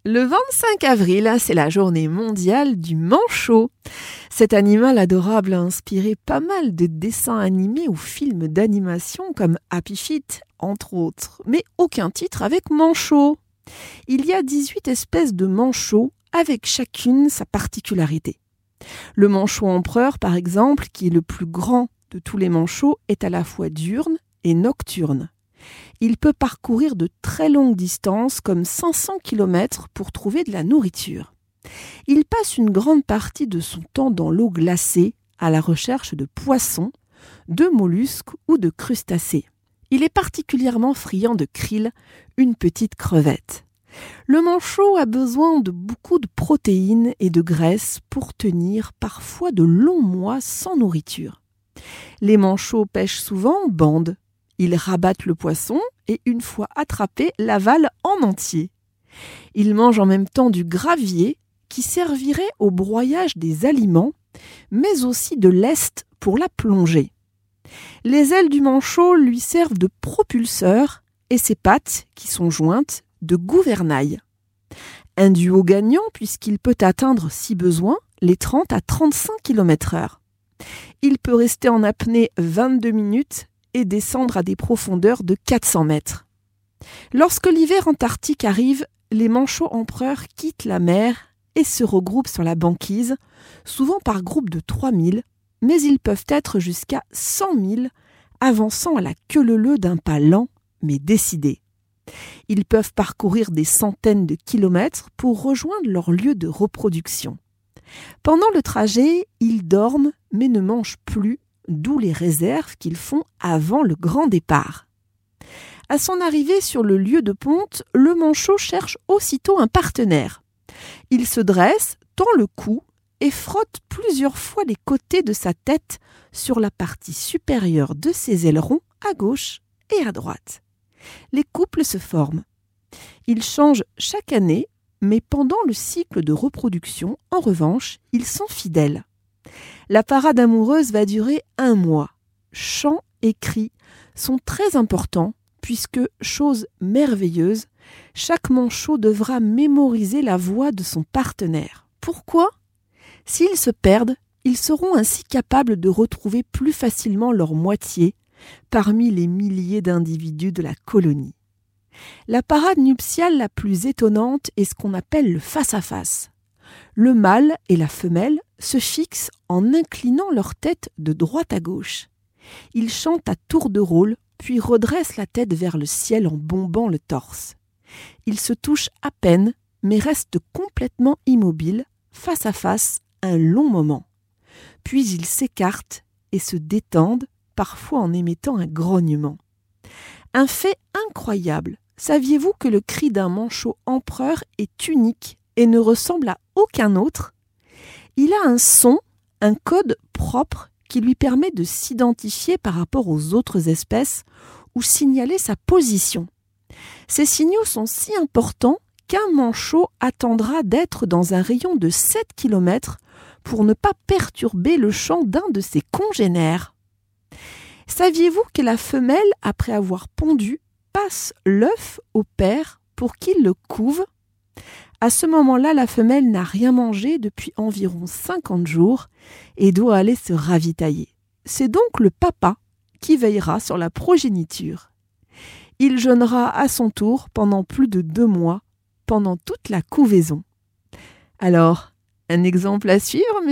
Le 25 avril, c'est la journée mondiale du manchot. Cet animal adorable a inspiré pas mal de dessins animés ou films d'animation comme Happy Feet, entre autres, mais aucun titre avec manchot. Il y a 18 espèces de manchots, avec chacune sa particularité. Le manchot empereur, par exemple, qui est le plus grand de tous les manchots, est à la fois diurne et nocturne. Il peut parcourir de très longues distances, comme 500 km, pour trouver de la nourriture. Il passe une grande partie de son temps dans l'eau glacée, à la recherche de poissons, de mollusques ou de crustacés. Il est particulièrement friand de krill, une petite crevette. Le manchot a besoin de beaucoup de protéines et de graisse pour tenir parfois de longs mois sans nourriture. Les manchots pêchent souvent en bande. Ils rabattent le poisson et, une fois attrapé, l'avalent en entier. Ils mangent en même temps du gravier qui servirait au broyage des aliments, mais aussi de lest pour la plongée. Les ailes du manchot lui servent de propulseur et ses pattes, qui sont jointes, de gouvernail. Un duo gagnant puisqu'il peut atteindre, si besoin, les 30 à 35 km/h. Il peut rester en apnée 22 minutes et descendre à des profondeurs de 400 mètres. Lorsque l'hiver antarctique arrive, les manchots empereurs quittent la mer et se regroupent sur la banquise, souvent par groupes de 3000, mais ils peuvent être jusqu'à 100 000, avançant à la queue leu-leu d'un pas lent, mais décidé. Ils peuvent parcourir des centaines de kilomètres pour rejoindre leur lieu de reproduction. Pendant le trajet, ils dorment, mais ne mangent plus, d'où les réserves qu'ils font avant le grand départ. À son arrivée sur le lieu de ponte, le manchot cherche aussitôt un partenaire. Il se dresse, tend le cou et frotte plusieurs fois les côtés de sa tête sur la partie supérieure de ses ailerons à gauche et à droite. Les couples se forment. Ils changent chaque année, mais pendant le cycle de reproduction, en revanche, ils sont fidèles. La parade amoureuse va durer 1 mois. Chants et cris sont très importants puisque, chose merveilleuse, chaque manchot devra mémoriser la voix de son partenaire. Pourquoi ? S'ils se perdent, ils seront ainsi capables de retrouver plus facilement leur moitié parmi les milliers d'individus de la colonie. La parade nuptiale la plus étonnante est ce qu'on appelle le face-à-face. Le mâle et la femelle se fixent en inclinant leur tête de droite à gauche. Ils chantent à tour de rôle, puis redressent la tête vers le ciel en bombant le torse. Ils se touchent à peine, mais restent complètement immobiles, face à face, un long moment. Puis ils s'écartent et se détendent, parfois en émettant un grognement. Un fait incroyable, saviez-vous que le cri d'un manchot empereur est unique et ne ressemble à aucun autre ? Il a un son, un code propre qui lui permet de s'identifier par rapport aux autres espèces ou signaler sa position. Ces signaux sont si importants qu'un manchot attendra d'être dans un rayon de 7 km pour ne pas perturber le chant d'un de ses congénères. Saviez-vous que la femelle, après avoir pondu, passe l'œuf au père pour qu'il le couve ? À ce moment-là, la femelle n'a rien mangé depuis environ 50 jours et doit aller se ravitailler. C'est donc le papa qui veillera sur la progéniture. Il jeûnera à son tour pendant plus de 2 mois, pendant toute la couvaison. Alors, un exemple à suivre, messieurs ?